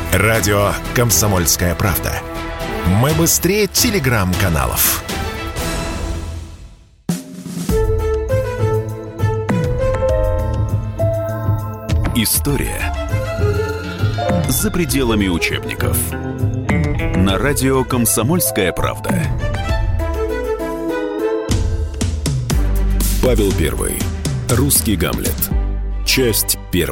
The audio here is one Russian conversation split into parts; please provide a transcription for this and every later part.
Радио «Комсомольская правда». Мы быстрее телеграм-каналов. История за пределами учебников. На радио «Комсомольская правда». Павел I. Русский Гамлет. Часть 1.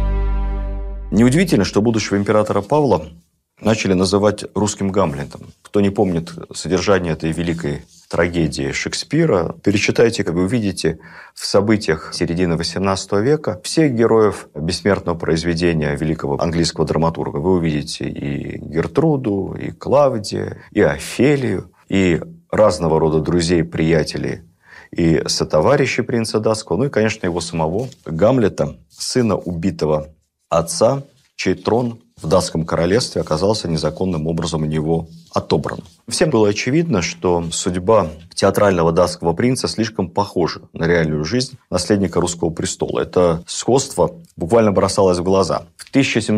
Неудивительно, что будущего императора Павла начали называть русским Гамлетом. Кто не помнит содержание этой великой трагедии Шекспира, перечитайте, как вы увидите в событиях середины XVIII века всех героев бессмертного произведения великого английского драматурга. Вы увидите и Гертруду, и Клавдия, и Офелию, и разного рода друзей, приятелей и сотоварищей принца датского, ну и, конечно, его самого, Гамлета, сына убитого отца, чей трон в датском королевстве оказался незаконным образом у него отобран. Всем было очевидно, что судьба театрального датского принца слишком похожа на реальную жизнь наследника русского престола. Это сходство буквально бросалось в глаза. В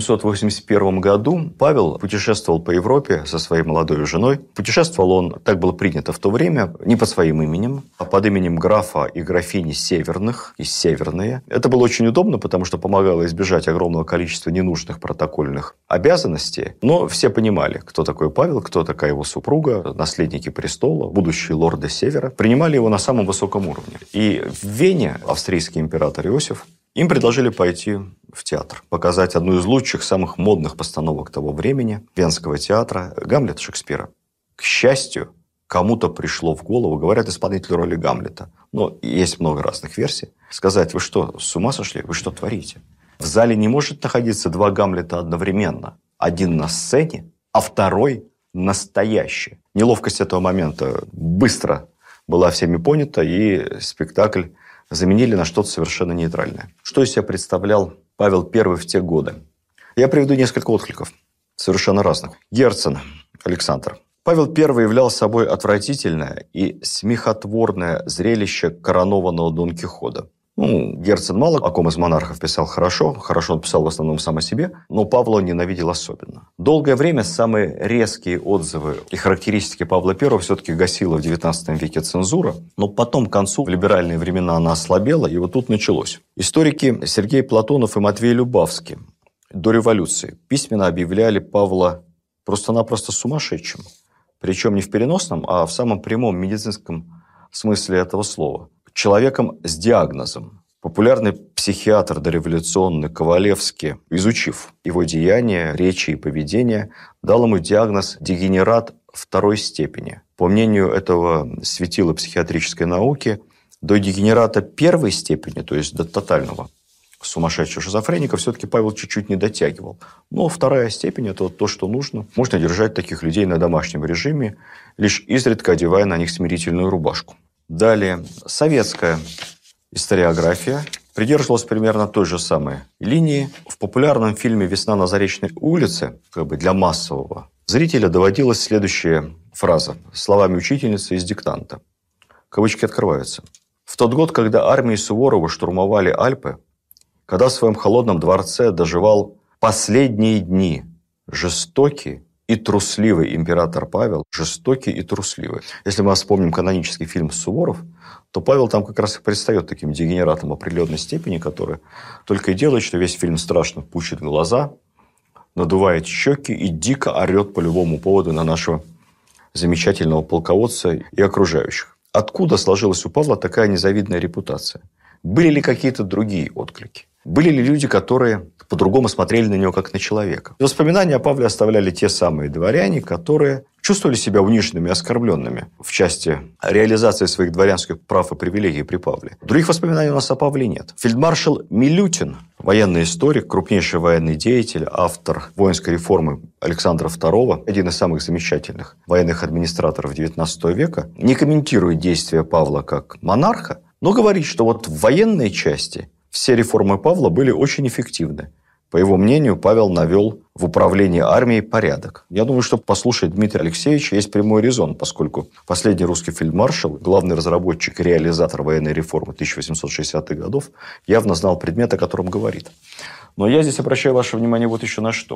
1781 году Павел путешествовал по Европе со своей молодой женой. Путешествовал он, так было принято в то время, не под своим именем, а под именем графа и графини Северных и Северные. Это было очень удобно, потому что помогало избежать огромного количества ненужных протокольных обязанностей. Но все понимали, кто такой Павел, кто такая его супруга, наследники престола, будущие лорды Севера. Принимали его на самом высоком уровне. И в Вене австрийский император Иосиф им предложили пойти в театр, показать одну из лучших, самых модных постановок того времени, Венского театра, Гамлет Шекспира. К счастью, кому-то пришло в голову, говорят, исполнителю роли Гамлета, но есть много разных версий, сказать: вы что, с ума сошли? Вы что творите? В зале не может находиться два Гамлета одновременно. Один на сцене, а второй настоящий. Неловкость этого момента быстро была всеми понята, и спектакль заменили на что-то совершенно нейтральное. Что из себя представлял Павел I в те годы? Я приведу несколько откликов, совершенно разных. Герцен Александр. Павел I являл собой отвратительное и смехотворное зрелище коронованного Дон Кихота. Герцен мало о ком из монархов писал хорошо он писал в основном сам о себе, но Павла он ненавидел особенно. Долгое время самые резкие отзывы и характеристики Павла I все-таки гасила в XIX веке цензура, но потом к концу в либеральные времена она ослабела, и вот тут началось. Историки Сергей Платонов и Матвей Любавский до революции письменно объявляли Павла просто-напросто сумасшедшим. Причем не в переносном, а в самом прямом медицинском смысле этого слова. Человеком с диагнозом. Популярный психиатр дореволюционный Ковалевский, изучив его деяния, речи и поведение, дал ему диагноз «дегенерат второй степени». По мнению этого светила психиатрической науки, до дегенерата первой степени, то есть до тотального сумасшедшего шизофреника, все-таки Павел чуть-чуть не дотягивал. Но вторая степень – это то, что нужно. Можно держать таких людей на домашнем режиме, лишь изредка одевая на них смирительную рубашку. Далее, советская историография придерживалась примерно той же самой линии. В популярном фильме «Весна на Заречной улице», для массового зрителя, доводилась следующая фраза словами учительницы из диктанта. Кавычки открываются. «В тот год, когда армии Суворова штурмовали Альпы, когда в своем холодном дворце доживал последние дни жестокий и трусливый император Павел, жестокий и трусливый». Если мы вспомним канонический фильм «Суворов», то Павел там как раз и предстает таким дегенератом определенной степени, который только и делает, что весь фильм страшно пучит глаза, надувает щеки и дико орет по любому поводу на нашего замечательного полководца и окружающих. Откуда сложилась у Павла такая незавидная репутация? Были ли какие-то другие отклики? Были ли люди, которые по-другому смотрели на него, как на человека? Воспоминания о Павле оставляли те самые дворяне, которые чувствовали себя униженными и оскорбленными в части реализации своих дворянских прав и привилегий при Павле. Других воспоминаний у нас о Павле нет. Фельдмаршал Милютин, военный историк, крупнейший военный деятель, автор воинской реформы Александра II, один из самых замечательных военных администраторов XIX века, не комментирует действия Павла как монарха, но говорит, что вот в военной части все реформы Павла были очень эффективны. По его мнению, Павел навел в управлении армией порядок. Я думаю, что послушать Дмитрия Алексеевича есть прямой резон, поскольку последний русский фельдмаршал, главный разработчик и реализатор военной реформы 1860-х годов, явно знал предмет, о котором говорит. Но я здесь обращаю ваше внимание вот еще на что.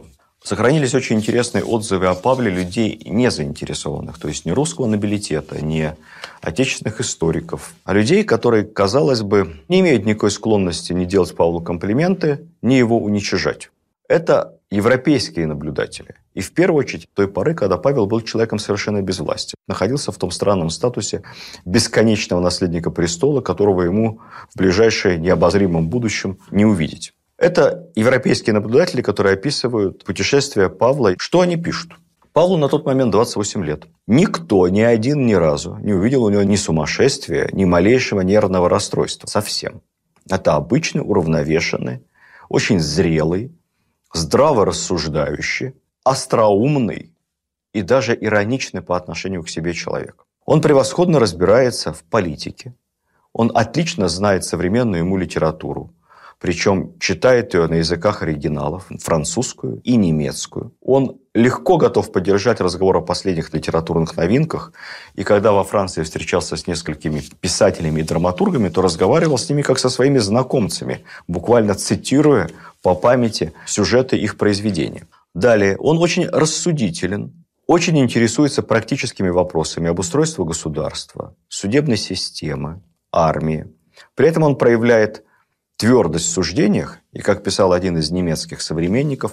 Сохранились очень интересные отзывы о Павле людей не заинтересованных, то есть не русского нобилитета, не отечественных историков, а людей, которые, казалось бы, не имеют никакой склонности ни делать Павлу комплименты, ни его уничижать. Это европейские наблюдатели. И в первую очередь той поры, когда Павел был человеком совершенно без власти. Находился в том странном статусе бесконечного наследника престола, которого ему в ближайшем необозримом будущем не увидеть. Это европейские наблюдатели, которые описывают путешествия Павла. Что они пишут? Павлу на тот момент 28 лет. Никто, ни один, ни разу не увидел у него ни сумасшествия, ни малейшего нервного расстройства. Совсем. Это обычный, уравновешенный, очень зрелый, здраво рассуждающий, остроумный и даже ироничный по отношению к себе человек. Он превосходно разбирается в политике. Он отлично знает современную ему литературу. Причем читает ее на языках оригиналов, французскую и немецкую. Он легко готов поддержать разговор о последних литературных новинках. И когда во Франции встречался с несколькими писателями и драматургами, то разговаривал с ними как со своими знакомцами, буквально цитируя по памяти сюжеты их произведений. Далее, он очень рассудителен, очень интересуется практическими вопросами обустройства государства, судебной системы, армии. При этом он проявляет твердость в суждениях, и, как писал один из немецких современников,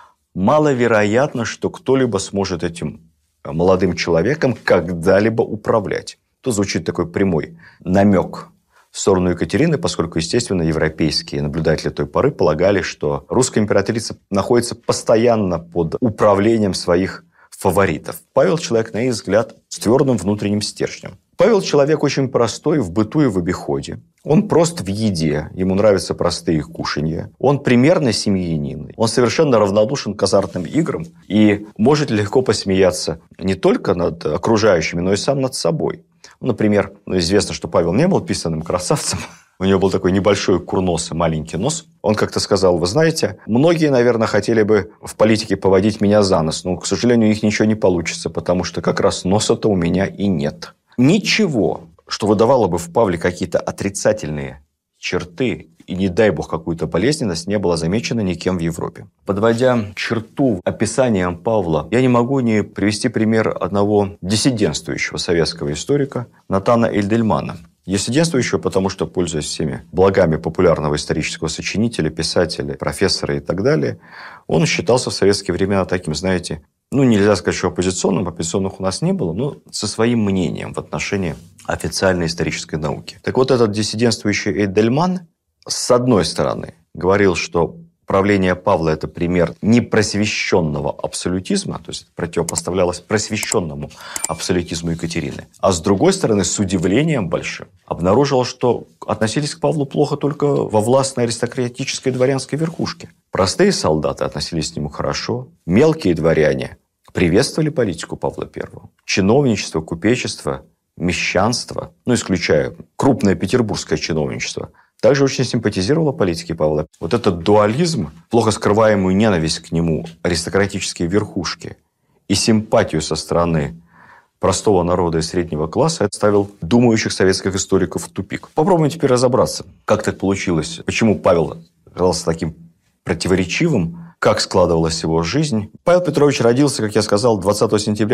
маловероятно, что кто-либо сможет этим молодым человеком когда-либо управлять. Тут звучит такой прямой намек в сторону Екатерины, поскольку, естественно, европейские наблюдатели той поры полагали, что русская императрица находится постоянно под управлением своих фаворитов. Павел – человек, на их взгляд, с твердым внутренним стержнем. Павел – человек очень простой в быту и в обиходе. Он прост в еде, ему нравятся простые кушанья. Он примерный семьянин. Он совершенно равнодушен к азартным играм и может легко посмеяться не только над окружающими, но и сам над собой. Например, известно, что Павел не был писаным красавцем. У него был такой небольшой курнос и маленький нос. Он как-то сказал: вы знаете, многие, наверное, хотели бы в политике поводить меня за нос, но, к сожалению, у них ничего не получится, потому что как раз носа-то у меня и нет. Ничего, что выдавало бы в Павле какие-то отрицательные черты и, не дай бог, какую-то болезненность, не было замечено никем в Европе. Подводя черту описанием Павла, я не могу не привести пример одного диссидентствующего советского историка Натана Эйдельмана. Диссидентствующего, потому что, пользуясь всеми благами популярного исторического сочинителя, писателя, профессора и так далее, он считался в советские времена таким, знаете, нельзя сказать, что оппозиционным, оппозиционных у нас не было, но со своим мнением в отношении официальной исторической науки. Так вот, этот диссидентствующий Эйдельман, с одной стороны, говорил, что правление Павла – это пример непросвещенного абсолютизма, то есть противопоставлялось просвещенному абсолютизму Екатерины. А с другой стороны, с удивлением большим, обнаружил, что относились к Павлу плохо только во властной аристократической дворянской верхушке. Простые солдаты относились к нему хорошо, мелкие дворяне приветствовали политику Павла I. Чиновничество, купечество, мещанство, исключая крупное петербургское чиновничество, также очень симпатизировала политике Павла. Вот этот дуализм, плохо скрываемую ненависть к нему аристократические верхушки и симпатию со стороны простого народа и среднего класса ставил думающих советских историков в тупик. Попробуем теперь разобраться, как так получилось, почему Павел оказался таким противоречивым, как складывалась его жизнь. Павел Петрович родился, как я сказал, 20 сентября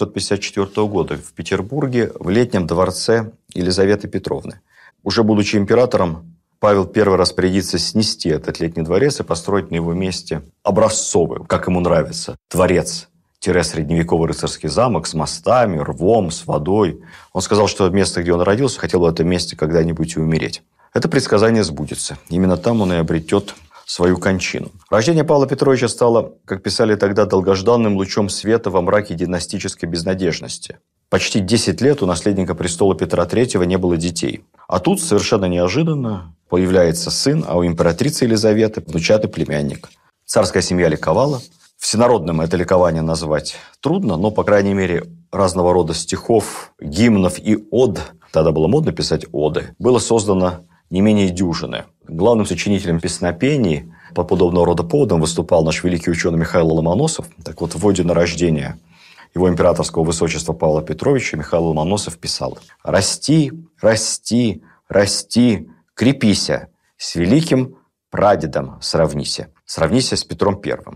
1754 года в Петербурге в летнем дворце Елизаветы Петровны. Уже будучи императором, Павел первый распорядится снести этот летний дворец и построить на его месте образцовый, как ему нравится, дворец-средневековый рыцарский замок с мостами, рвом, с водой. Он сказал, что место, где он родился, хотел в этом месте когда-нибудь и умереть. Это предсказание сбудется. Именно там он и обретет свою кончину. Рождение Павла Петровича стало, как писали тогда, долгожданным лучом света во мраке династической безнадежности. Почти 10 лет у наследника престола Петра III не было детей. А тут совершенно неожиданно появляется сын, а у императрицы Елизаветы внучатый племянник. Царская семья ликовала. Всенародным это ликование назвать трудно, но, по крайней мере, разного рода стихов, гимнов и од, тогда было модно писать оды, было создано не менее дюжины. Главным сочинителем песнопений по подобного рода поводам выступал наш великий ученый Михаил Ломоносов. Так вот, в оде на рождение его императорского высочества Павла Петровича Михаил Ломоносов писал: «Расти, расти, расти, крепися, с великим прадедом сравнися». Сравнися с Петром I.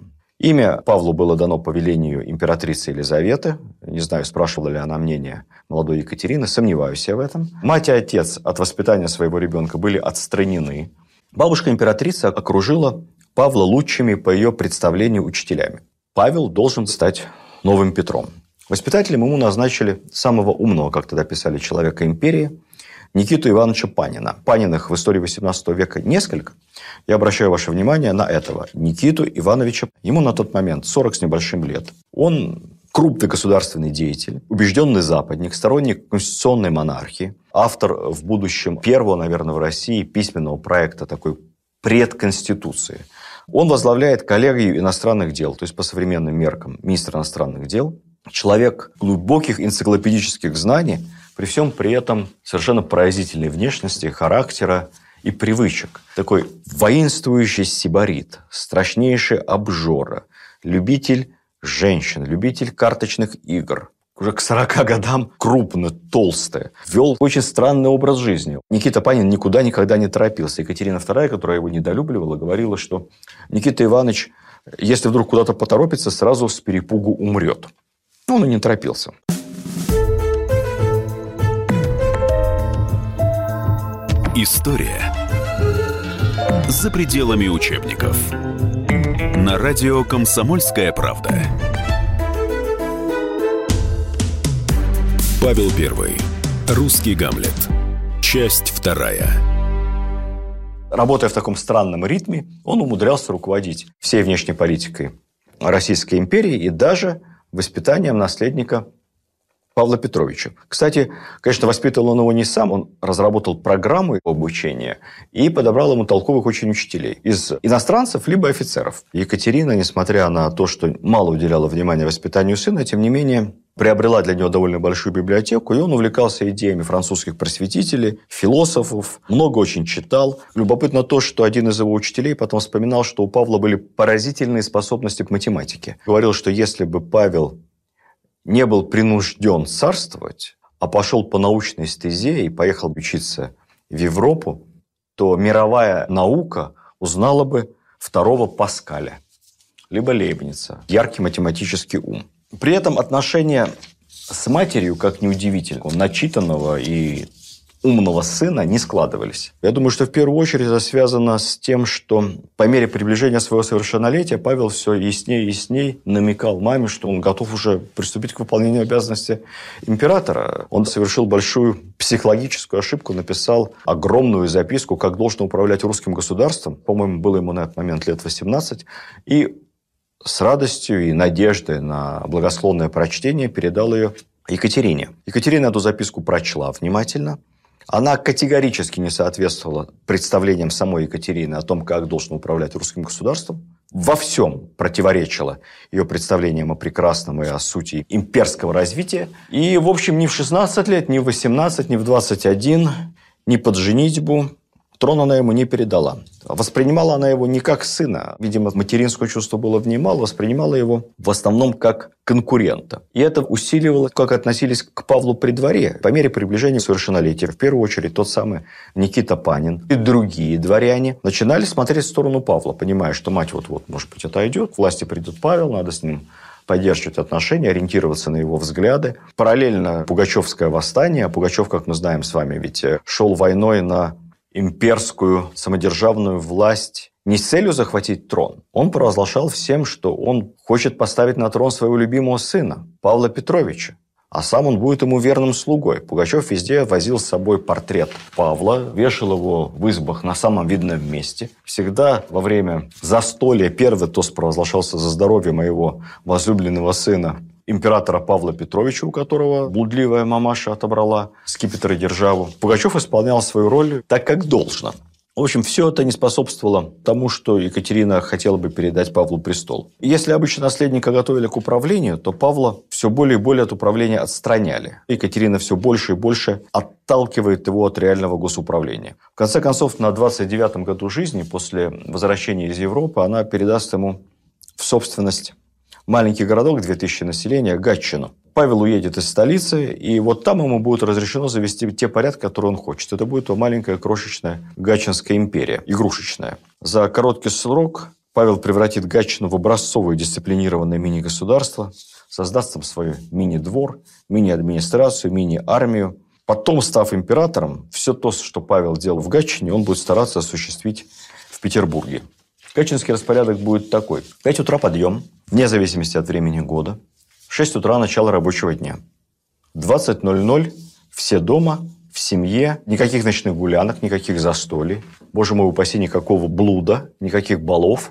Имя Павлу было дано по велению императрицы Елизаветы. Не знаю, спрашивала ли она мнение молодой Екатерины, сомневаюсь я в этом. Мать и отец от воспитания своего ребенка были отстранены. Бабушка-императрица окружила Павла лучшими по ее представлению учителями. Павел должен стать новым Петром. Воспитателем ему назначили самого умного, как тогда писали, человека империи, Никиту Ивановича Панина. Паниных в истории XVIII века несколько. Я обращаю ваше внимание на этого Никиту Ивановича. Ему на тот момент 40 с небольшим лет. Он крупный государственный деятель, убежденный западник, сторонник конституционной монархии, автор в будущем первого, наверное, в России письменного проекта такой предконституции. Он возглавляет коллегию иностранных дел, то есть по современным меркам министр иностранных дел. Человек глубоких энциклопедических знаний, при всем при этом совершенно поразительной внешности, характера и привычек. Такой воинствующий сибарит, страшнейший обжора, любитель женщин, любитель карточных игр. Уже к 40 годам крупно, толстый. Вел очень странный образ жизни. Никита Панин никуда никогда не торопился. Екатерина II, которая его недолюбливала, говорила, что Никита Иванович, если вдруг куда-то поторопится, сразу с перепугу умрет. Он и не торопился. История за пределами учебников. На радио «Комсомольская правда». Павел I. Русский Гамлет. Часть 2. Работая в таком странном ритме, он умудрялся руководить всей внешней политикой Российской империи и даже воспитанием наследника Павла Петровича. Кстати, конечно, воспитывал он его не сам, он разработал программу обучения и подобрал ему толковых очень учителей из иностранцев либо офицеров. Екатерина, несмотря на то, что мало уделяла внимания воспитанию сына, тем не менее приобрела для него довольно большую библиотеку, и он увлекался идеями французских просветителей, философов, много очень читал. Любопытно то, что один из его учителей потом вспоминал, что у Павла были поразительные способности к математике. Говорил, что если бы Павел не был принужден царствовать, а пошел по научной стезе и поехал учиться в Европу, то мировая наука узнала бы второго Паскаля, либо Лейбница. Яркий математический ум. При этом отношения с матерью, как неудивительно, начитанного и умного сына не складывались. Я думаю, что в первую очередь это связано с тем, что по мере приближения своего совершеннолетия Павел все яснее и яснее намекал маме, что он готов уже приступить к выполнению обязанностей императора. Он совершил большую психологическую ошибку, написал огромную записку, как должен управлять русским государством. По-моему, было ему на этот момент лет 18. И с радостью и надеждой на благосклонное прочтение передал ее Екатерине. Екатерина эту записку прочла внимательно. Она категорически не соответствовала представлениям самой Екатерины о том, как должен управлять русским государством. Во всем противоречила ее представлениям о прекрасном и о сути имперского развития. И, в общем, ни в 16 лет, ни в 18, ни в 21, ни под женитьбу трон она ему не передала. Воспринимала она его не как сына. Видимо, материнское чувство было в ней мало. Воспринимала его в основном как конкурента. И это усиливало, как относились к Павлу при дворе. По мере приближения совершеннолетия, в первую очередь, тот самый Никита Панин и другие дворяне начинали смотреть в сторону Павла, понимая, что мать вот-вот, может быть, отойдет, к власти придет Павел, надо с ним поддерживать отношения, ориентироваться на его взгляды. Параллельно Пугачевское восстание. Пугачев, как мы знаем с вами, ведь шел войной на имперскую самодержавную власть не с целью захватить трон. Он провозглашал всем, что он хочет поставить на трон своего любимого сына, Павла Петровича. А сам он будет ему верным слугой. Пугачев везде возил с собой портрет Павла, вешал его в избах на самом видном месте. Всегда во время застолья первый тост провозглашался за здоровье моего возлюбленного сына, императора Павла Петровича, у которого блудливая мамаша отобрала скипетр и державу. Пугачев исполнял свою роль так, как должно. В общем, все это не способствовало тому, что Екатерина хотела бы передать Павлу престол. И если обычно наследника готовили к управлению, то Павла все более и более от управления отстраняли. Екатерина все больше и больше отталкивает его от реального госуправления. В конце концов, на 29-м году жизни, после возвращения из Европы, она передаст ему в собственность маленький городок, 2000 населения, Гатчину. Павел уедет из столицы, и вот там ему будет разрешено завести те порядки, которые он хочет. Это будет маленькая крошечная Гатчинская империя, игрушечная. За короткий срок Павел превратит Гатчину в образцовое дисциплинированное мини-государство, создаст там свой мини-двор, мини-администрацию, мини-армию. Потом, став императором, все то, что Павел делал в Гатчине, он будет стараться осуществить в Петербурге. Гатчинский распорядок будет такой. В 5 утра подъем, вне зависимости от времени года. В 6 утра начало рабочего дня. В 20:00 все дома, в семье, никаких ночных гулянок, никаких застолий. Боже мой, упаси, никакого блуда, никаких балов.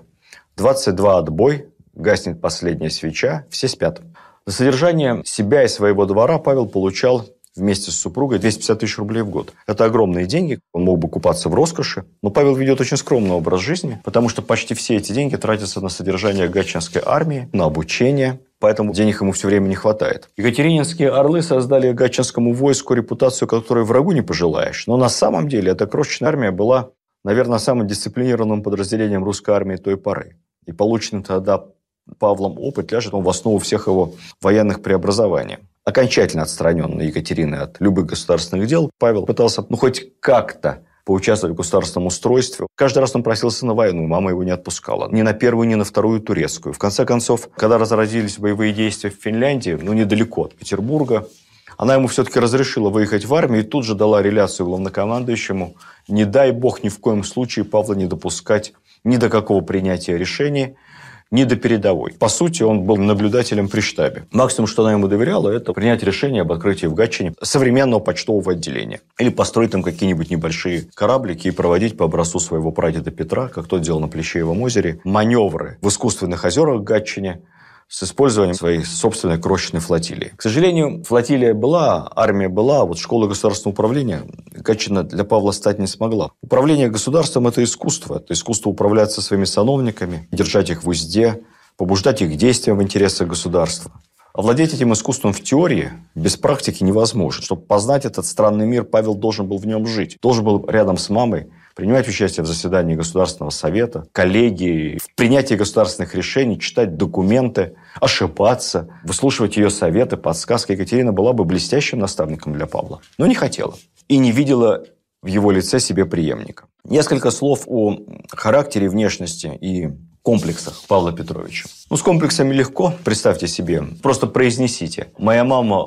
22 отбой, гаснет последняя свеча, все спят. За содержание себя и своего двора Павел получал вместе с супругой 250 тысяч рублей в год. Это огромные деньги. Он мог бы купаться в роскоши. Но Павел ведет очень скромный образ жизни, потому что почти все эти деньги тратятся на содержание гатчинской армии, на обучение. Поэтому денег ему все время не хватает. Екатерининские орлы создали гатчинскому войску репутацию, которую врагу не пожелаешь. Но на самом деле эта крошечная армия была, наверное, самым дисциплинированным подразделением русской армии той поры. И полученный тогда Павлом опыт ляжет в основу всех его военных преобразований. Окончательно отстраненный Екатериной от любых государственных дел, Павел пытался хоть как-то поучаствовать в государственном устройстве. Каждый раз он просился на войну, мама его не отпускала. Ни на первую, ни на вторую турецкую. В конце концов, когда разразились боевые действия в Финляндии, недалеко от Петербурга, она ему все-таки разрешила выехать в армию и тут же дала реляцию главнокомандующему: не дай бог ни в коем случае Павла не допускать ни до какого принятия решений, ни до передовой. По сути, он был наблюдателем при штабе. Максимум, что она ему доверяла, это принять решение об открытии в Гатчине современного почтового отделения. Или построить там какие-нибудь небольшие кораблики и проводить по образцу своего прадеда Петра, как тот делал на Плещеевом озере, маневры в искусственных озерах в Гатчине с использованием своей собственной крошечной флотилии. К сожалению, флотилия была, армия была, а вот школа государственного управления Гатчина для Павла стать не смогла. Управление государством – это искусство управлять со своими сановниками, держать их в узде, побуждать их к действиям в интересах государства. Овладеть этим искусством в теории без практики невозможно. Чтобы познать этот странный мир, Павел должен был в нем жить. Должен был рядом с мамой принимать участие в заседании Государственного совета, коллегии, в принятии государственных решений, читать документы, ошибаться, выслушивать ее советы, подсказки. Екатерина была бы блестящим наставником для Павла, но не хотела и не видела в его лице себе преемника. Несколько слов о характере, внешности и комплексах Павла Петровича. С комплексами легко, представьте себе, просто произнесите: «Моя мама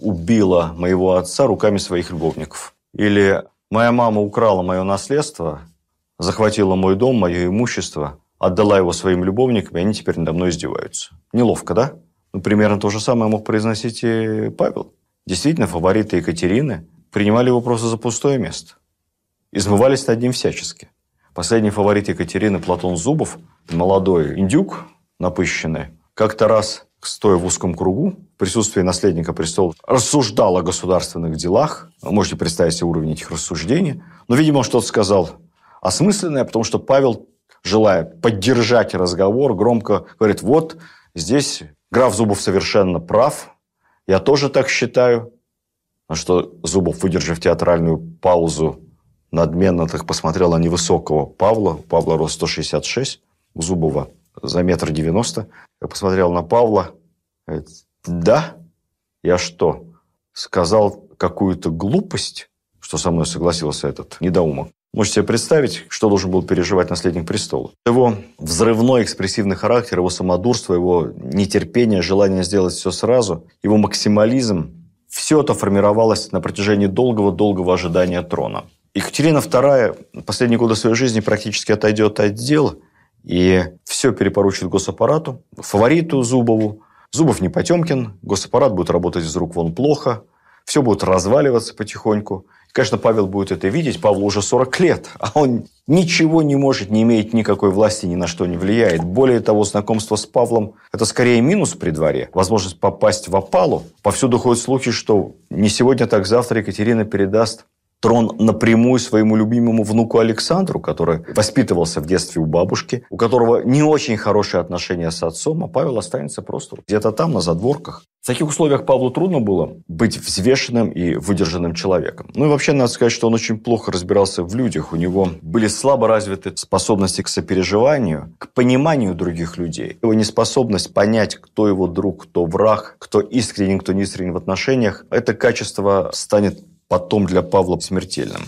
убила моего отца руками своих любовников». Или «Моя мама украла мое наследство, захватила мой дом, мое имущество, отдала его своим любовникам, и они теперь надо мной издеваются». Неловко, да? Примерно то же самое мог произносить и Павел. Действительно, фавориты Екатерины принимали его просто за пустое место. Измывались над ним всячески. Последний фаворит Екатерины, Платон Зубов, молодой индюк, напыщенный, как-то раз, стоя в узком кругу, в присутствии наследника престола, рассуждал о государственных делах. Можете представить себе уровень этих рассуждений. Но, видимо, он что-то сказал осмысленное, потому что Павел, желая поддержать разговор, громко говорит: «Вот здесь граф Зубов совершенно прав, я тоже так считаю». На что Зубов, выдержав театральную паузу, надменно так посмотрел на невысокого Павла. У Павла рост 166, у Зубова за 1,90 м. Я посмотрел на Павла. Говорит: «Да? Я что, сказал какую-то глупость, что со мной согласился этот недоумок?» Можете себе представить, что должен был переживать наследник престола. Его взрывной экспрессивный характер, его самодурство, его нетерпение, желание сделать все сразу, его максимализм – все это формировалось на протяжении долгого-долгого ожидания трона. Екатерина II последние годы своей жизни практически отойдет от дел и все перепоручит госаппарату, фавориту Зубову. Зубов не Потемкин, госаппарат будет работать из рук вон плохо, все будет разваливаться потихоньку. И, конечно, Павел будет это видеть. Павлу уже 40 лет, а он ничего не может, не имеет никакой власти, ни на что не влияет. Более того, знакомство с Павлом – это скорее минус при дворе. Возможность попасть в опалу. Повсюду ходят слухи, что не сегодня, так завтра Екатерина передаст трон напрямую своему любимому внуку Александру, который воспитывался в детстве у бабушки, у которого не очень хорошие отношения с отцом, а Павел останется просто где-то там, на задворках. В таких условиях Павлу трудно было быть взвешенным и выдержанным человеком. И вообще, надо сказать, что он очень плохо разбирался в людях. У него были слабо развиты способности к сопереживанию, к пониманию других людей. Его неспособность понять, кто его друг, кто враг, кто искренен, кто не искренен в отношениях, это качество станет потом для Павла смертельным.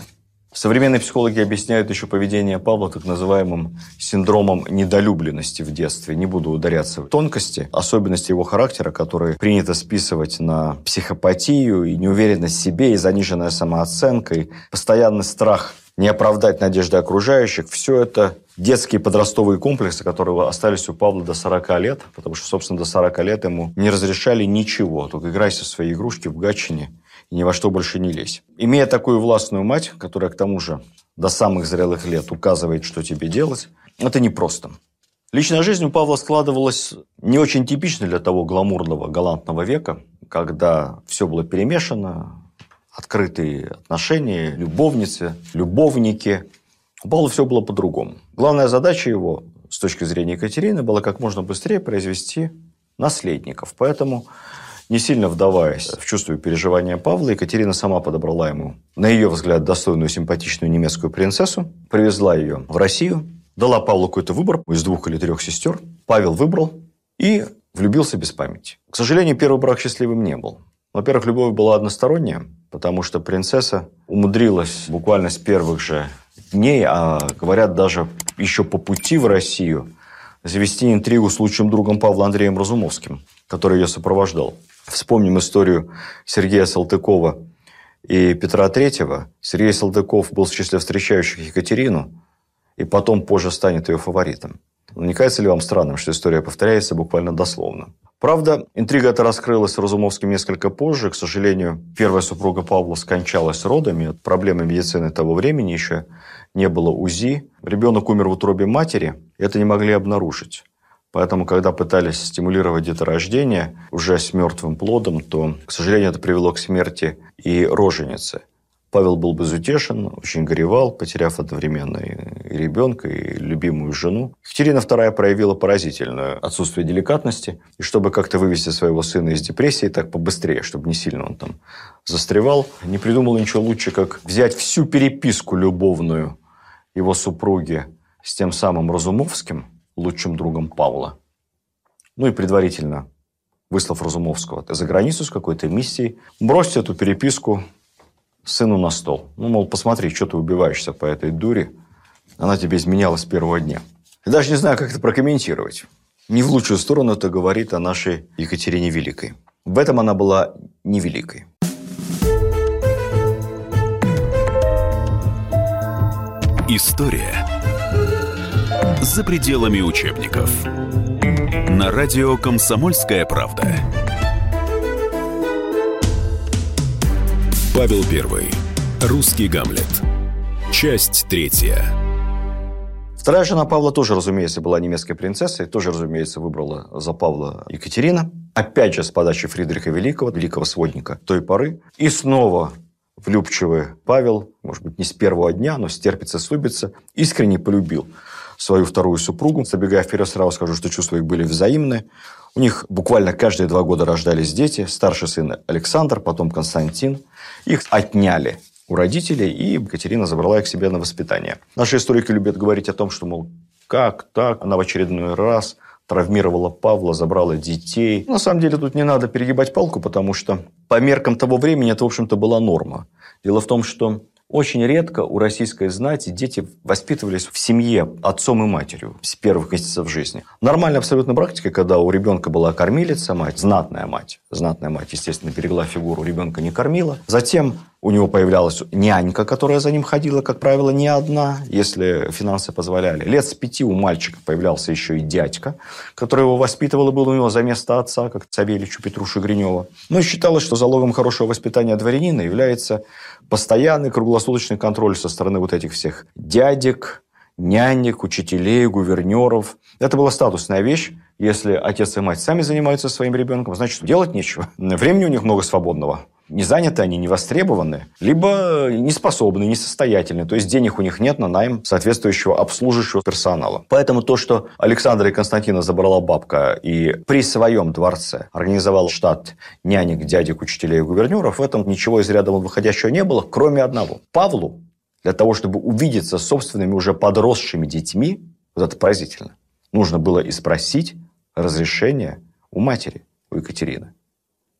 Современные психологи объясняют еще поведение Павла так называемым синдромом недолюбленности в детстве. Не буду ударяться в тонкости, особенности его характера, которые принято списывать на психопатию и неуверенность в себе, и заниженная самооценка, и постоянный страх не оправдать надежды окружающих. Все это детские подростковые комплексы, которые остались у Павла до 40 лет, потому что, собственно, до 40 лет ему не разрешали ничего, только играйся в свои игрушки в Гатчине и ни во что больше не лезь. Имея такую властную мать, которая к тому же до самых зрелых лет указывает, что тебе делать, это непросто. Личная жизнь у Павла складывалась не очень типично для того гламурного, галантного века, когда все было перемешано, открытые отношения, любовницы, любовники. У Павла все было по-другому. Главная задача его, с точки зрения Екатерины, была как можно быстрее произвести наследников. Поэтому, не сильно вдаваясь в чувства и переживания Павла, Екатерина сама подобрала ему, на ее взгляд, достойную, симпатичную немецкую принцессу, привезла ее в Россию, дала Павлу какой-то выбор из 2 или 3 сестер. Павел выбрал и влюбился без памяти. К сожалению, первый брак счастливым не был. Во-первых, любовь была односторонняя, потому что принцесса умудрилась буквально с первых же дней, а говорят, даже еще по пути в Россию, завести интригу с лучшим другом Павла Андреем Разумовским, который ее сопровождал. Вспомним историю Сергея Салтыкова и Петра III. Сергей Салтыков был в числе встречающих Екатерину, и потом позже станет ее фаворитом. Но не кажется ли вам странным, что история повторяется буквально дословно? Правда, интрига эта раскрылась Разумовским несколько позже. К сожалению, первая супруга Павла скончалась родами. Проблемы медицины того времени еще не было УЗИ. Ребенок умер в утробе матери, и это не могли обнаружить. Поэтому, когда пытались стимулировать деторождение уже с мертвым плодом, то, к сожалению, это привело к смерти и роженицы. Павел был безутешен, очень горевал, потеряв одновременно и ребенка, и любимую жену. Екатерина II проявила поразительное отсутствие деликатности. И чтобы как-то вывести своего сына из депрессии так побыстрее, чтобы не сильно он там застревал, не придумала ничего лучше, как взять всю переписку любовную его супруги с тем самым Разумовским, лучшим другом Павла. Ну и предварительно, выслав Разумовского за границу с какой-то миссией, бросьте эту переписку сыну на стол. Ну, мол, посмотри, что ты убиваешься по этой дуре. Она тебе изменяла с первого дня. Я даже не знаю, как это прокомментировать. Не в лучшую сторону это говорит о нашей Екатерине Великой. В этом она была невеликой. История за пределами учебников. На радио «Комсомольская правда». Павел I. Русский Гамлет. Часть 3. Вторая жена Павла тоже, разумеется, была немецкой принцессой. Тоже, разумеется, выбрала за Павла Екатерина. Опять же, с подачи Фридриха Великого, великого сводника той поры. И снова влюбчивый Павел, может быть, не с первого дня, но стерпится, слюбится, искренне полюбил свою вторую супругу. Забегая вперед, сразу скажу, что чувства их были взаимны. У них буквально каждые 2 года рождались дети. Старший сын Александр, потом Константин. Их отняли у родителей, и Екатерина забрала их к себе на воспитание. Наши историки любят говорить о том, что, мол, как так? Она в очередной раз травмировала Павла, забрала детей. На самом деле тут не надо перегибать палку, потому что по меркам того времени это, в общем-то, была норма. Дело в том, что очень редко у российской знати дети воспитывались в семье отцом и матерью с первых месяцев жизни. Нормальная абсолютно практика, когда у ребенка была кормилица, мать, знатная мать, естественно, берегла фигуру, ребенка не кормила. Затем у него появлялась нянька, которая за ним ходила, как правило, не одна, если финансы позволяли. Лет с 5 у мальчика появлялся еще и дядька, который его воспитывал и был у него за место отца, как Савельичу Петруши Гринева. Ну и считалось, что залогом хорошего воспитания дворянина является постоянный круглосуточный контроль со стороны вот этих всех дядек, нянек, учителей, гувернеров. Это была статусная вещь. Если отец и мать сами занимаются своим ребенком, значит, делать нечего. Времени у них много свободного. Не заняты они, не востребованы, либо не способны, несостоятельны. То есть денег у них нет на найм соответствующего обслуживающего персонала. Поэтому то, что Александра и Константина забрала бабка и при своем дворце организовал штат нянек, дядек, учителей и гувернеров, в этом ничего из ряда вон выходящего не было, кроме одного. Павлу, для того, чтобы увидеться с собственными уже подросшими детьми, вот это поразительно, нужно было и спросить разрешение у матери, у Екатерины.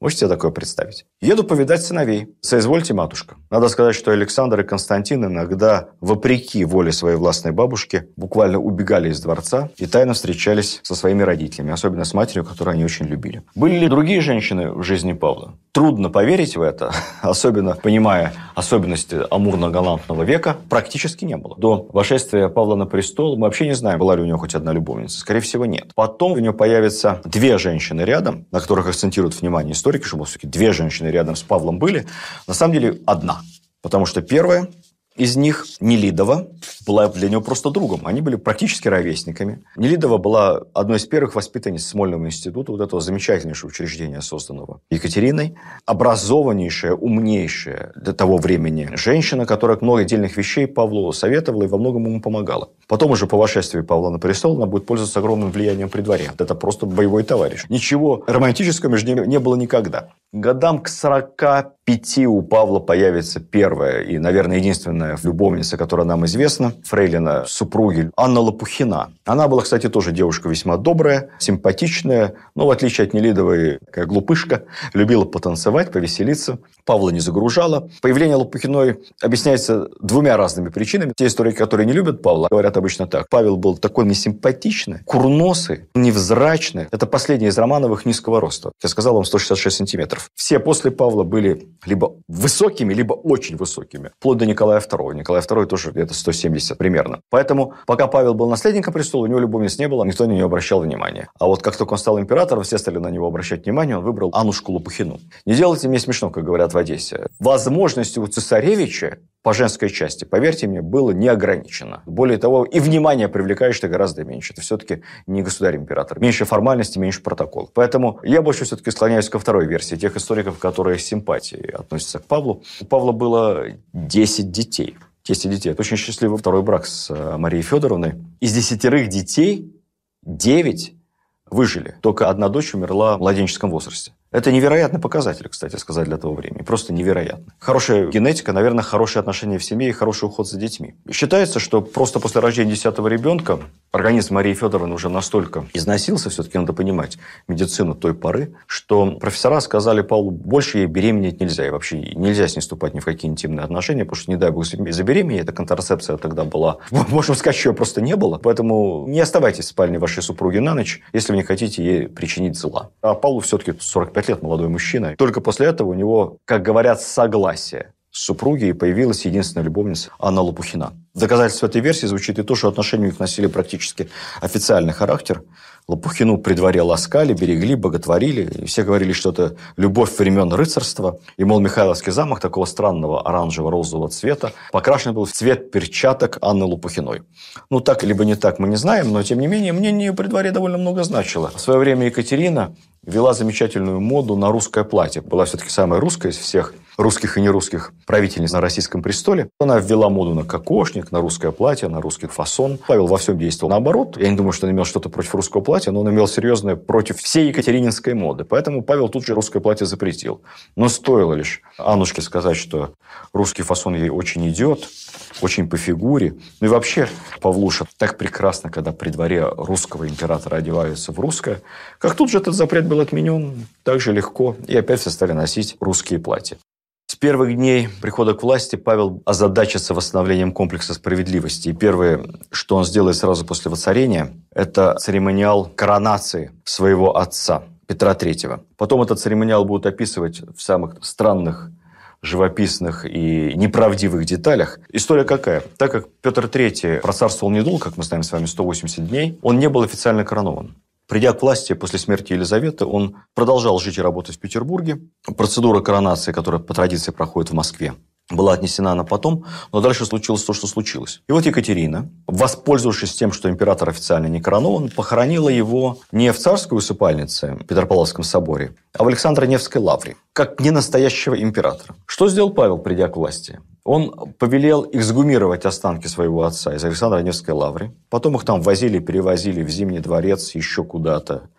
Можете себе такое представить? Еду повидать сыновей. Соизвольте, матушка. Надо сказать, что Александр и Константин иногда, вопреки воле своей властной бабушки, буквально убегали из дворца и тайно встречались со своими родителями, особенно с матерью, которую они очень любили. Были ли другие женщины в жизни Павла? Трудно поверить в это, особенно понимая особенности амурно-галантного века, практически не было. До восшествия Павла на престол мы вообще не знаем, была ли у него хоть одна любовница. Скорее всего, нет. Потом у него появятся две женщины рядом, на которых акцентируют внимание историки, чтобы все-таки две женщины рядом с Павлом были. На самом деле, одна. Потому что первая из них, Нелидова, была для него просто другом. Они были практически ровесниками. Нелидова была одной из первых воспитанниц Смольного института, вот этого замечательнейшего учреждения, созданного Екатериной. Образованнейшая, умнейшая для того времени женщина, которая много дельных вещей Павлу советовала и во многом ему помогала. Потом уже по восшествии Павла на престол она будет пользоваться огромным влиянием при дворе. Это просто боевой товарищ. Ничего романтического между ними не было никогда. Годам к 45 у Павла появится первая и, наверное, единственная любовница, которая нам известна, фрейлина супруги Анна Лопухина. Она была, кстати, тоже девушка весьма добрая, симпатичная, но, в отличие от Нелидовой, такая глупышка, любила потанцевать, повеселиться. Павла не загружала. Появление Лопухиной объясняется двумя разными причинами. Те историки, которые не любят Павла, говорят обычно так. Павел был такой несимпатичный, курносый, невзрачный. Это последний из Романовых низкого роста. Я сказал вам 166 сантиметров. Все после Павла были либо высокими, либо очень высокими. Вплоть до Николая II. Николай II тоже где-то 170 примерно. Поэтому, пока Павел был наследником престола, у него любовниц не было, никто на нее обращал внимание. А вот как только он стал императором, все стали на него обращать внимание, он выбрал Аннушку Лопухину. Не делайте мне смешно, как говорят в Одессе. Возможности у цесаревича по женской части, поверьте мне, было не ограничено. Более того, и внимание привлекаешь-то гораздо меньше. Это все-таки не государь-император. Меньше формальности, меньше протоколов. Поэтому я больше все-таки склоняюсь ко второй версии тех историков, которые с симпатией относятся к Павлу. У Павла было 10 детей. 10 детей. Это очень счастливый второй брак с Марией Федоровной. Из 10 детей 9 выжили. Только одна дочь умерла в младенческом возрасте. Это невероятный показатель, кстати сказать, для того времени. Просто невероятно. Хорошая генетика, наверное, хорошие отношения в семье и хороший уход за детьми. И считается, что просто после рождения 10-го ребенка организм Марии Федоровны уже настолько износился, все-таки надо понимать медицину той поры, что профессора сказали Павлу, больше ей беременеть нельзя. И вообще нельзя с ней вступать ни в какие интимные отношения, потому что, не дай бог, забеременеть, эта контрацепция тогда была. Можем сказать, что ее просто не было. Поэтому не оставайтесь в спальне вашей супруги на ночь, если вы не хотите ей причинить зла. А Павлу все-таки 45 лет, молодой мужчина. Только после этого у него, как говорят, согласие с супругой появилась единственная любовница Анна Лопухина. В доказательство этой версии звучит и то, что отношения у них носили практически официальный характер. Лопухину при дворе ласкали, берегли, боготворили. И все говорили, что это любовь времен рыцарства. И, мол, Михайловский замок такого странного оранжево-розового цвета покрашен был в цвет перчаток Анны Лопухиной. Ну, так либо не так, мы не знаем, но, тем не менее, мнение при дворе довольно много значило. В свое время Екатерина вела замечательную моду на русское платье. Была все-таки самая русская из всех русских и нерусских правительниц на российском престоле. Она ввела моду на кокошник, на русское платье, на русский фасон. Павел во всем действовал наоборот. Я не думаю, что он имел что-то против русского платья, но он имел серьезное против всей екатерининской моды. Поэтому Павел тут же русское платье запретил. Но стоило лишь Аннушке сказать, что русский фасон ей очень идет, очень по фигуре. Ну и вообще, Павлуша так прекрасно, когда при дворе русского императора одеваются в русское. Как тут же этот запрет был отменен, так же легко. И опять все стали носить русские платья. С первых дней прихода к власти Павел озадачится восстановлением комплекса справедливости. И первое, что он сделает сразу после воцарения, это церемониал коронации своего отца Петра III. Потом этот церемониал будут описывать в самых странных, живописных и неправдивых деталях. История какая? Так как Петр III процарствовал недолго, как мы знаем с вами, 180 дней, он не был официально коронован. Придя к власти после смерти Елизаветы, он продолжал жить и работать в Петербурге. Процедура коронации, которая по традиции проходит в Москве, была отнесена на потом, но дальше случилось то, что случилось. И вот Екатерина, воспользовавшись тем, что император официально не коронован, похоронила его не в царской усыпальнице в Петропавловском соборе, а в Александро-Невской лавре, как ненастоящего императора. Что сделал Павел, придя к власти? Он повелел эксгумировать останки своего отца из Александро-Невской лавры. Потом их там возили, перевозили в Зимний дворец, еще куда-то, в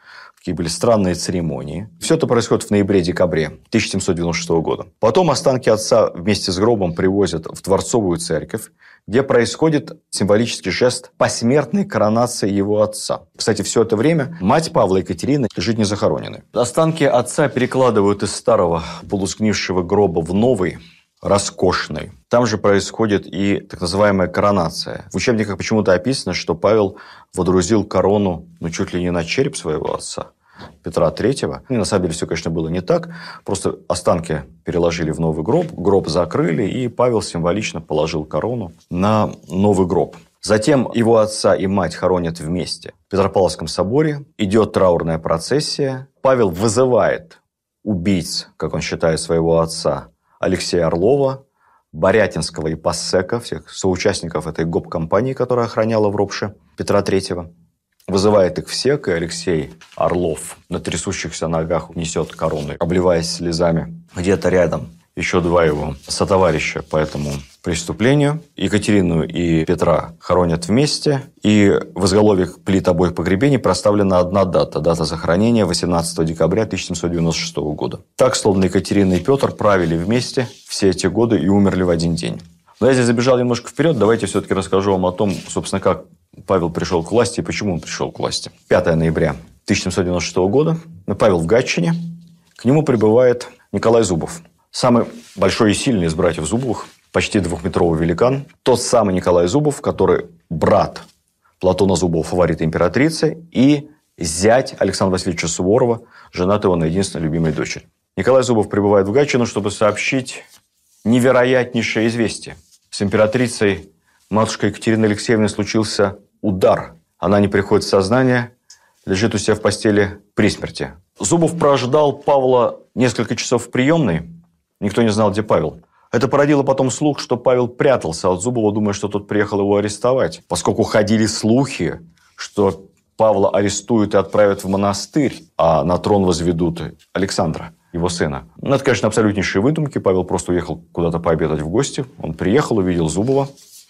Такие были странные церемонии. Все это происходит в ноябре-декабре 1796 года. Потом останки отца вместе с гробом привозят в Дворцовую церковь, где происходит символический жест посмертной коронации его отца. Кстати, все это время мать Павла, Екатерина, лежит не захоронены. Останки отца перекладывают из старого полусгнившего гроба в новый, роскошный. Там же происходит и так называемая коронация. В учебниках почему-то описано, что Павел водрузил корону, чуть ли не на череп своего отца, Петра III. И на самом деле все, конечно, было не так. Просто останки переложили в новый гроб, гроб закрыли, и Павел символично положил корону на новый гроб. Затем его отца и мать хоронят вместе. В Петропавловском соборе идет траурная процессия. Павел вызывает убийц, как он считает, своего отца, Алексея Орлова, Борятинского и Пассека, всех соучастников этой гоп-компании, которая охраняла в Ропше Петра III. Вызывает их всех, и Алексей Орлов на трясущихся ногах несет корону, обливаясь слезами. Где-то рядом еще два его сотоварища по этому преступлению. Екатерину и Петра хоронят вместе, и в изголовье плит обоих погребений проставлена одна дата. Дата захоронения 18 декабря 1796 года. Так, словно Екатерина и Петр правили вместе все эти годы и умерли в один день. Но я здесь забежал немножко вперед. Давайте все-таки расскажу вам о том, собственно, как Павел пришел к власти и почему он пришел к власти. 5 ноября 1796 года. Павел в Гатчине. К нему прибывает Николай Зубов. Самый большой и сильный из братьев Зубовых, почти двухметровый великан. Тот самый Николай Зубов, который брат Платона Зубова, фаворита императрицы, и зять Александра Васильевича Суворова, женатого на единственной любимой дочери. Николай Зубов прибывает в Гатчину, чтобы сообщить невероятнейшее известие. С императрицей матушкой Екатериной Алексеевной случился удар. Она не приходит в сознание, лежит у себя в постели при смерти. Зубов прождал Павла несколько часов в приемной. Никто не знал, где Павел. Это породило потом слух, что Павел прятался от Зубова, думая, что тот приехал его арестовать. Поскольку ходили слухи, что Павла арестуют и отправят в монастырь, а на трон возведут Александра, его сына. Это, конечно, абсолютнейшие выдумки. Павел просто уехал куда-то пообедать в гости. Он приехал, увидел Зубова.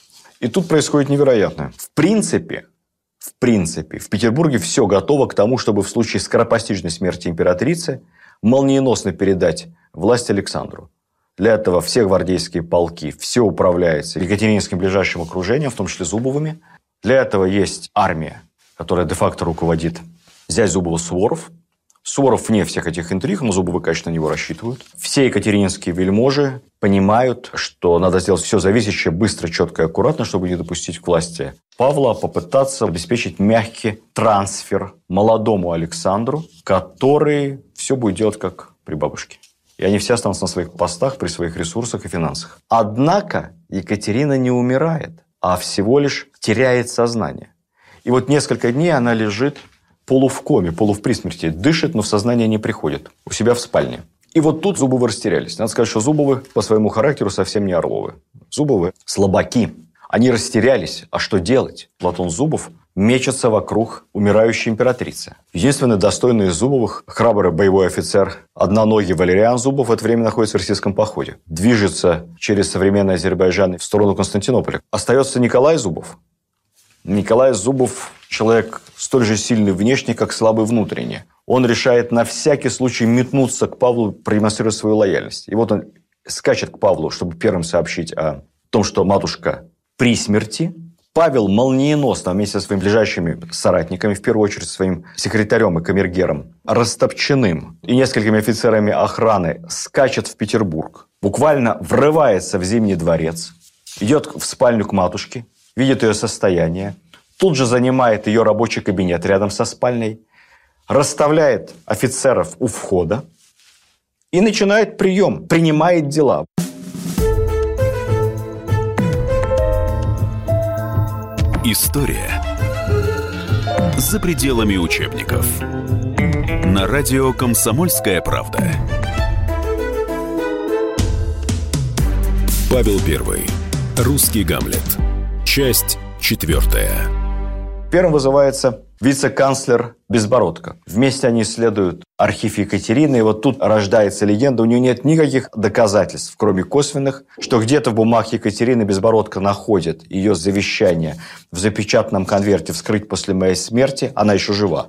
И тут происходит невероятное. В принципе, в Петербурге все готово к тому, чтобы в случае скоропостижной смерти императрицы молниеносно передать власть Александру. Для этого все гвардейские полки, все управляется Екатерининским ближайшим окружением, в том числе Зубовыми. Для этого есть армия, которая де-факто руководит зять Зубова Суворов. Суворов вне всех этих интриг, но Зубовы, конечно, на него рассчитывают. Все екатерининские вельможи понимают, что надо сделать все зависящее быстро, четко и аккуратно, чтобы не допустить к власти Павла, попытаться обеспечить мягкий трансфер молодому Александру, который все будет делать как при бабушке. И они все останутся на своих постах, при своих ресурсах и финансах. Однако Екатерина не умирает, а всего лишь теряет сознание. И вот несколько дней она лежит полу в коме, полу в присмерти, дышит, но в сознание не приходит, у себя в спальне. И вот тут Зубовы растерялись. Надо сказать, что Зубовы по своему характеру совсем не Орловы. Зубовы слабаки. Они растерялись. А что делать? Платон Зубов мечется вокруг умирающей императрицы. Единственный достойный из Зубовых, храбрый боевой офицер, одноногий Валериан Зубов, в это время находится в российском походе. Движется через современный Азербайджан в сторону Константинополя. Остается Николай Зубов. Николай Зубов – человек столь же сильный внешне, как слабый внутренне. Он решает на всякий случай метнуться к Павлу, продемонстрировать свою лояльность. И вот он скачет к Павлу, чтобы первым сообщить о том, что матушка при смерти. Павел молниеносно вместе со своими ближайшими соратниками, в первую очередь своим секретарем и камергером, Растопчиным и несколькими офицерами охраны, скачет в Петербург. Буквально врывается в Зимний дворец, идет в спальню к матушке, видит ее состояние, тут же занимает ее рабочий кабинет рядом со спальней, расставляет офицеров у входа и начинает прием, принимает дела. История за пределами учебников. На радио «Комсомольская правда». Павел I. Русский Гамлет. Часть 4. Первым вызывается вице-канцлер Безбородко. Вместе они исследуют архив Екатерины. И вот тут рождается легенда. У нее нет никаких доказательств, кроме косвенных, что где-то в бумагах Екатерины Безбородко находит ее завещание в запечатанном конверте «Вскрыть после моей смерти». Она еще жива.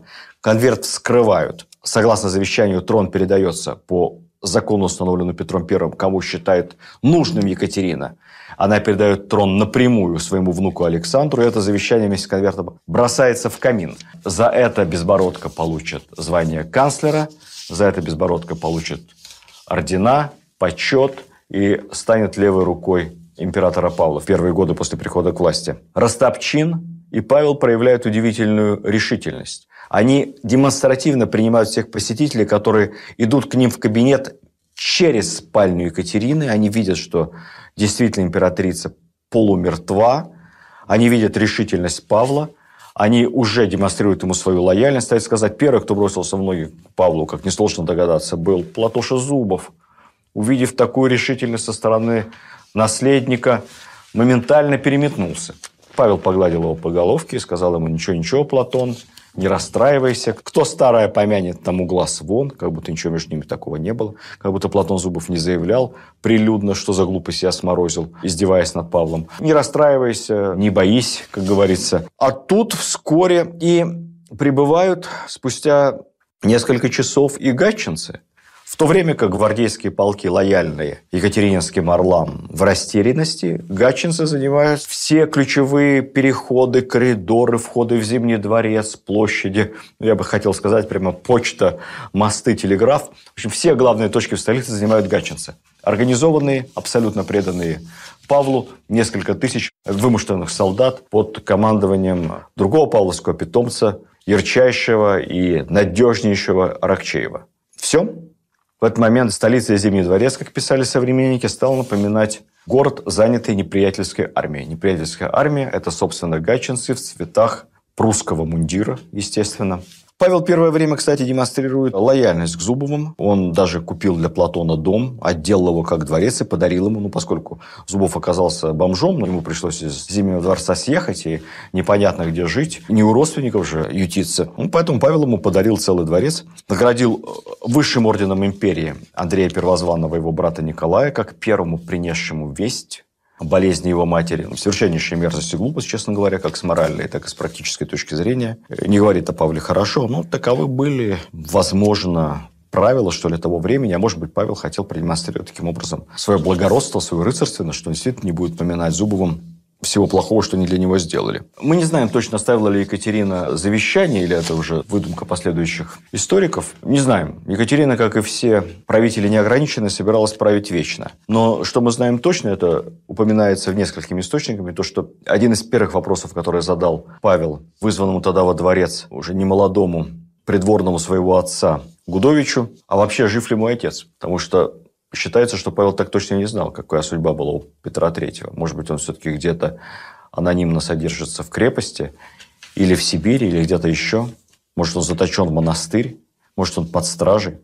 Конверт вскрывают. Согласно завещанию, трон передается по закону, установленному Петром I, кому считает нужным Екатерина. Она передает трон напрямую своему внуку Александру, и это завещание вместе с конвертом бросается в камин. За это Безбородко получит звание канцлера, за это Безбородко получит ордена, почет и станет левой рукой императора Павла в первые годы после прихода к власти. Ростопчин и Павел проявляют удивительную решительность. Они демонстративно принимают всех посетителей, которые идут к ним в кабинет через спальню Екатерины. Они видят, что действительно императрица полумертва. Они видят решительность Павла. Они уже демонстрируют ему свою лояльность. Стоит сказать, первый, кто бросился в ноги к Павлу, как несложно догадаться, был Платоша Зубов. Увидев такую решительность со стороны наследника, моментально переметнулся. Павел погладил его по головке и сказал ему: ничего, Платон, не расстраивайся. Кто старое помянет, тому глаз вон. Как будто ничего между ними такого не было. Как будто Платон Зубов не заявлял прилюдно, что за глупость я сморозил, издеваясь над Павлом. Не расстраивайся, не боись, как говорится. А тут вскоре и прибывают спустя несколько часов и гатчинцы. В то время как гвардейские полки, лояльные екатерининским орлам, в растерянности, гатчинцы занимают все ключевые переходы, коридоры, входы в Зимний дворец, площади. Я бы хотел сказать прямо почта, мосты, телеграф. В общем, все главные точки в столице занимают гатчинцы. Организованные, абсолютно преданные Павлу, несколько тысяч вымышленных солдат под командованием другого павловского питомца, ярчайшего и надежнейшего Аракчеева. Все. В этот момент столица и Зимний дворец, как писали современники, стала напоминать город, занятый неприятельской армией. Неприятельская армия – это, собственно, гатчинцы в цветах прусского мундира, естественно. Павел первое время, кстати, демонстрирует лояльность к Зубовым. Он даже купил для Платона дом, отделал его как дворец и подарил ему. Поскольку Зубов оказался бомжом, но ему пришлось из Зимнего дворца съехать и непонятно где жить. Не у родственников же ютиться. Поэтому Павел ему подарил целый дворец. Наградил высшим орденом империи Андрея Первозванного, его брата Николая, как первому принесшему весть о болезни его матери. Совершеннейшая мерзость и глупость, честно говоря, как с моральной, так и с практической точки зрения. Не говорит о Павле хорошо, но таковы были, возможно, правила, что ли, того времени. А может быть, Павел хотел продемонстрировать таким образом свое благородство, свою рыцарственность, что он действительно не будет поминать Зубовым всего плохого, что они для него сделали. Мы не знаем точно, оставила ли Екатерина завещание, или это уже выдумка последующих историков. Не знаем. Екатерина, как и все правители неограниченные, собиралась править вечно. Но что мы знаем точно, это упоминается в несколькими источниками, то, что один из первых вопросов, который задал Павел, вызванному тогда во дворец, уже немолодому придворному своего отца Гудовичу, а вообще жив ли мой отец? Потому что считается, что Павел так точно не знал, какая судьба была у Петра III. Может быть, он все-таки где-то анонимно содержится в крепости, или в Сибири, или где-то еще. Может, он заточен в монастырь, может, он под стражей.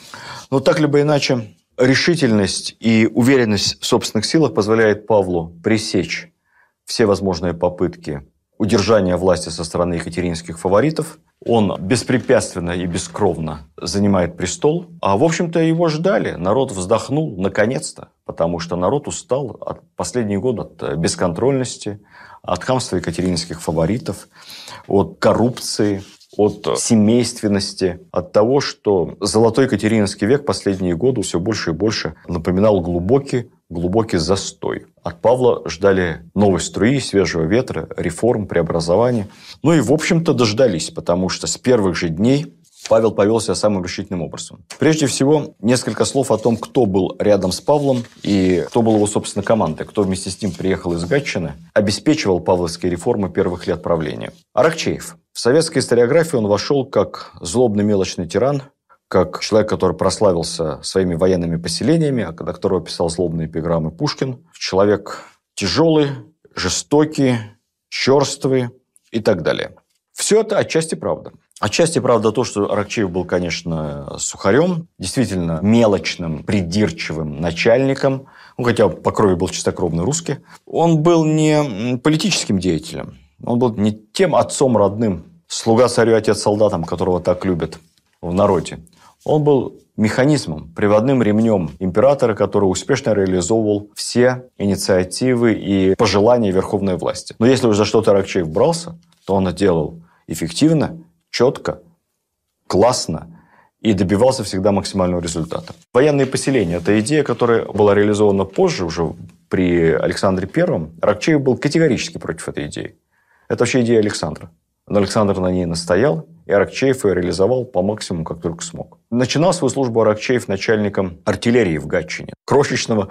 Но так либо иначе, решительность и уверенность в собственных силах позволяет Павлу пресечь все возможные попытки удержания власти со стороны екатеринских фаворитов. Он беспрепятственно и бескровно занимает престол. А, в общем-то, его ждали. Народ вздохнул наконец-то, потому что народ устал от последних год от бесконтрольности, от хамства екатеринских фаворитов, от коррупции, от семейственности, от того, что золотой екатерининский век последние годы все больше и больше напоминал глубокий застой. От Павла ждали новой струи, свежего ветра, реформ, преобразований. Ну и, в общем-то, дождались, потому что с первых же дней Павел повел себя самым решительным образом. Прежде всего, несколько слов о том, кто был рядом с Павлом и кто был его, собственно, командой, кто вместе с ним приехал из Гатчины, обеспечивал павловские реформы первых лет правления. Аракчеев. В советской историографии он вошел как злобный мелочный тиран, как человек, который прославился своими военными поселениями, о которого писал злобные эпиграммы Пушкин. Человек тяжелый, жестокий, черствый и так далее. Все это отчасти правда. Отчасти правда то, что Аракчеев был, конечно, сухарем, действительно мелочным, придирчивым начальником, хотя по крови был чистокровный русский. Он был не политическим деятелем, он был не тем отцом родным, слуга царю, отец солдатам, которого так любят в народе. Он был механизмом, приводным ремнем императора, который успешно реализовывал все инициативы и пожелания верховной власти. Но если уже за что-то Аракчеев брался, то он это делал эффективно, четко, классно и добивался всегда максимального результата. Военные поселения – это идея, которая была реализована позже, уже при Александре I. Аракчеев был категорически против этой идеи. Это вообще идея Александра. Но Александр на ней настоял, и Аракчеев ее реализовал по максимуму, как только смог. Начинал свою службу Аракчеев начальником артиллерии в Гатчине, крошечного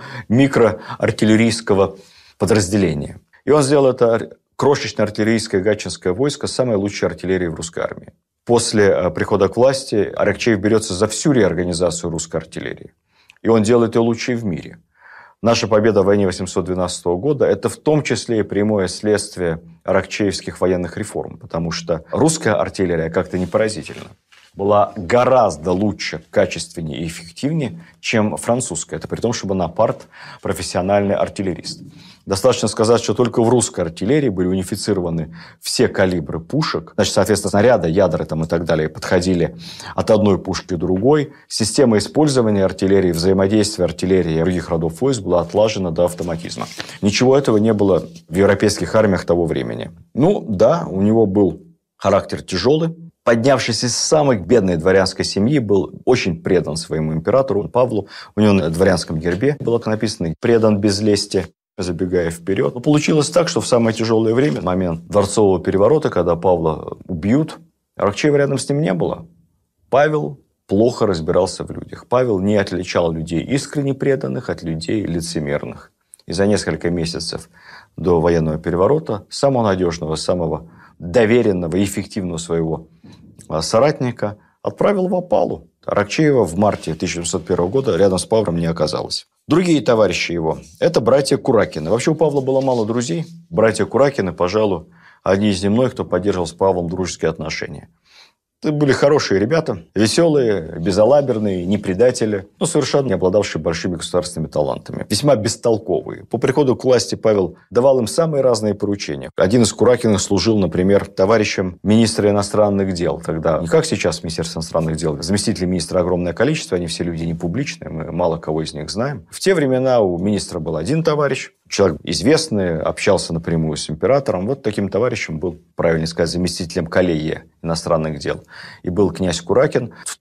микроартиллерийского подразделения. И он сделал это крошечное артиллерийское гатчинское войско самой лучшей артиллерии в русской армии. После прихода к власти Аракчеев берется за всю реорганизацию русской артиллерии. И он делает ее лучшей в мире. Наша победа в войне 812 года – это в том числе и прямое следствие аракчеевских военных реформ, потому что русская артиллерия, как-то не поразительно, была гораздо лучше, качественнее и эффективнее, чем французская. Это при том, что Бонапарт – профессиональный артиллерист. Достаточно сказать, что только в русской артиллерии были унифицированы все калибры пушек. Значит, соответственно, снаряды, ядра там и так далее подходили от одной пушки к другой. Система использования артиллерии, взаимодействия артиллерии и других родов войск была отлажена до автоматизма. Ничего этого не было в европейских армиях того времени. Ну, да, у него был характер тяжелый. Поднявшись из самой бедной дворянской семьи, был очень предан своему императору Павлу. У него на дворянском гербе было написано «предан без лести». Забегая вперед. Но получилось так, что в самое тяжелое время, в момент дворцового переворота, когда Павла убьют, Аракчеева рядом с ним не было. Павел плохо разбирался в людях. Павел не отличал людей искренне преданных от людей лицемерных. И за несколько месяцев до военного переворота самого надежного, самого доверенного и эффективного своего соратника отправил в опалу. Аракчеева в марте 1701 года рядом с Павлом не оказалось. Другие товарищи его – это братья Куракины. Вообще у Павла было мало друзей. Братья Куракины, пожалуй, одни из немногих, кто поддерживал с Павлом дружеские отношения. Это были хорошие ребята, веселые, безалаберные, не предатели, но совершенно не обладавшие большими государственными талантами. Весьма бестолковые. По приходу к власти Павел давал им самые разные поручения. Один из Куракиных служил, например, товарищем министра иностранных дел. Тогда не как сейчас Министерство иностранных дел. Заместителей министра огромное количество, они все люди не публичные, мы мало кого из них знаем. В те времена у министра был один товарищ, человек известный, общался напрямую с императором. Вот таким товарищем был, правильно сказать, заместителем коллегии иностранных дел. И был князь Куракин. В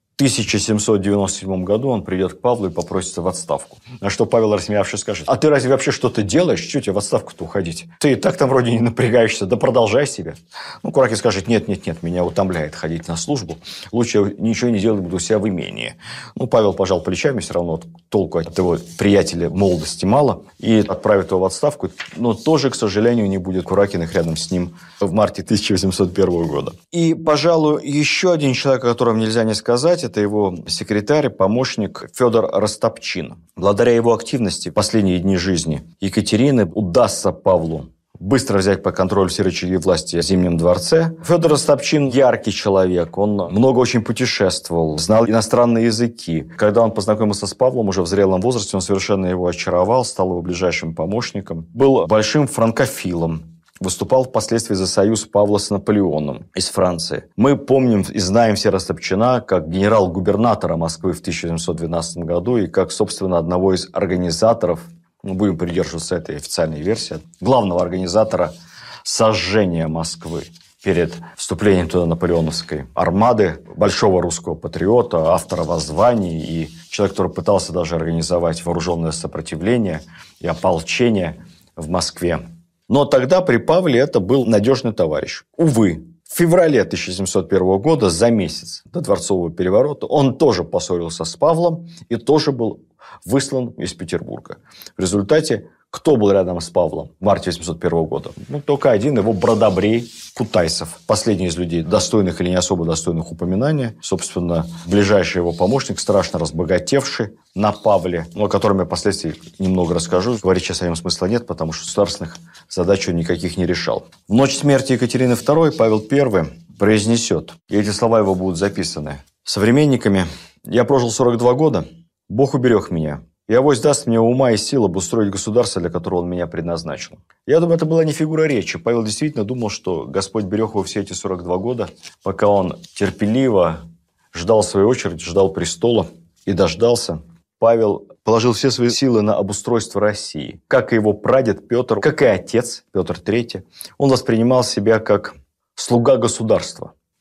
1797 году он придет к Павлу и попросится в отставку. На что Павел, рассмеявшись, скажет: «А ты разве вообще что-то делаешь? Чего тебе в отставку-то уходить? Ты и так там вроде не напрягаешься, да продолжай себе». Ну, Куракин скажет: нет, меня утомляет ходить на службу. Лучше я ничего не делать, буду у себя в имении. Ну, Павел пожал плечами, все равно толку от его приятеля молодости мало, и отправит его в отставку. Но тоже, к сожалению, не будет Куракиных рядом с ним в марте 1801 года. И, пожалуй, еще один человек, о котором нельзя не сказать, это его секретарь, помощник Федор Растопчин. Благодаря его активности в последние дни жизни Екатерины удастся Павлу быстро взять под контроль все рычаги власти в Зимнем дворце. Федор Растопчин яркий человек, он много очень путешествовал, знал иностранные языки. Когда он познакомился с Павлом уже в зрелом возрасте, он совершенно его очаровал, стал его ближайшим помощником. Был большим франкофилом. Выступал впоследствии за союз Павла с Наполеоном из Франции. Мы помним и знаем все Растопчина как генерал-губернатора Москвы в 1712 году и как, собственно, одного из организаторов, мы будем придерживаться этой официальной версии, главного организатора сожжения Москвы перед вступлением туда наполеоновской армады, большого русского патриота, автора воззваний и человек, который пытался даже организовать вооруженное сопротивление и ополчение в Москве. Но тогда при Павле это был надежный товарищ. Увы, в феврале 1701 года, за месяц до дворцового переворота, он тоже поссорился с Павлом и тоже был выслан из Петербурга. В результате, кто был рядом с Павлом в марте 1801 года? Ну, только один, его бродобрей Кутайсов. Последний из людей, достойных или не особо достойных упоминания. Собственно, ближайший его помощник, страшно разбогатевший на Павле, о котором я впоследствии немного расскажу. Говорить сейчас о нем смысла нет, потому что государственных задач он никаких не решал. В ночь смерти Екатерины II Павел I произнесет, и эти слова его будут записаны современниками: «Я прожил 42 года, Бог уберег меня. И авось даст мне ума и сил обустроить государство, для которого он меня предназначил». Я думаю, это была не фигура речи. Павел действительно думал, что Господь берег его все эти 42 года, пока он терпеливо ждал своей очереди, ждал престола и дождался. Павел положил все свои силы на обустройство России. Как и его прадед Петр, как и отец Петр III, он воспринимал себя как слуга государства,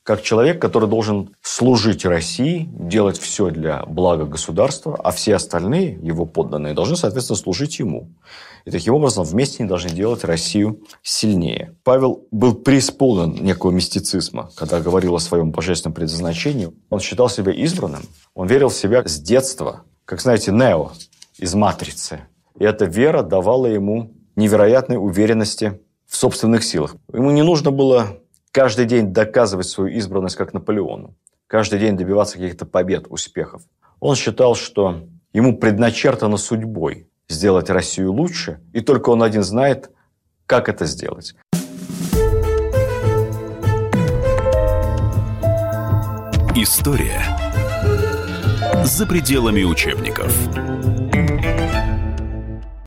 как человек, который должен служить России, делать все для блага государства, а все остальные, его подданные, должны, соответственно, служить ему. И таким образом вместе они должны делать Россию сильнее. Павел был преисполнен некого мистицизма, когда говорил о своем божественном предназначении. Он считал себя избранным, он верил в себя с детства, как, знаете, Нео из «Матрицы». И эта вера давала ему невероятной уверенности в собственных силах. Ему не нужно было каждый день доказывать свою избранность, как Наполеону. Каждый день добиваться каких-то побед, успехов. Он считал, что ему предначертано судьбой сделать Россию лучше, и только он один знает, как это сделать. История за пределами учебников.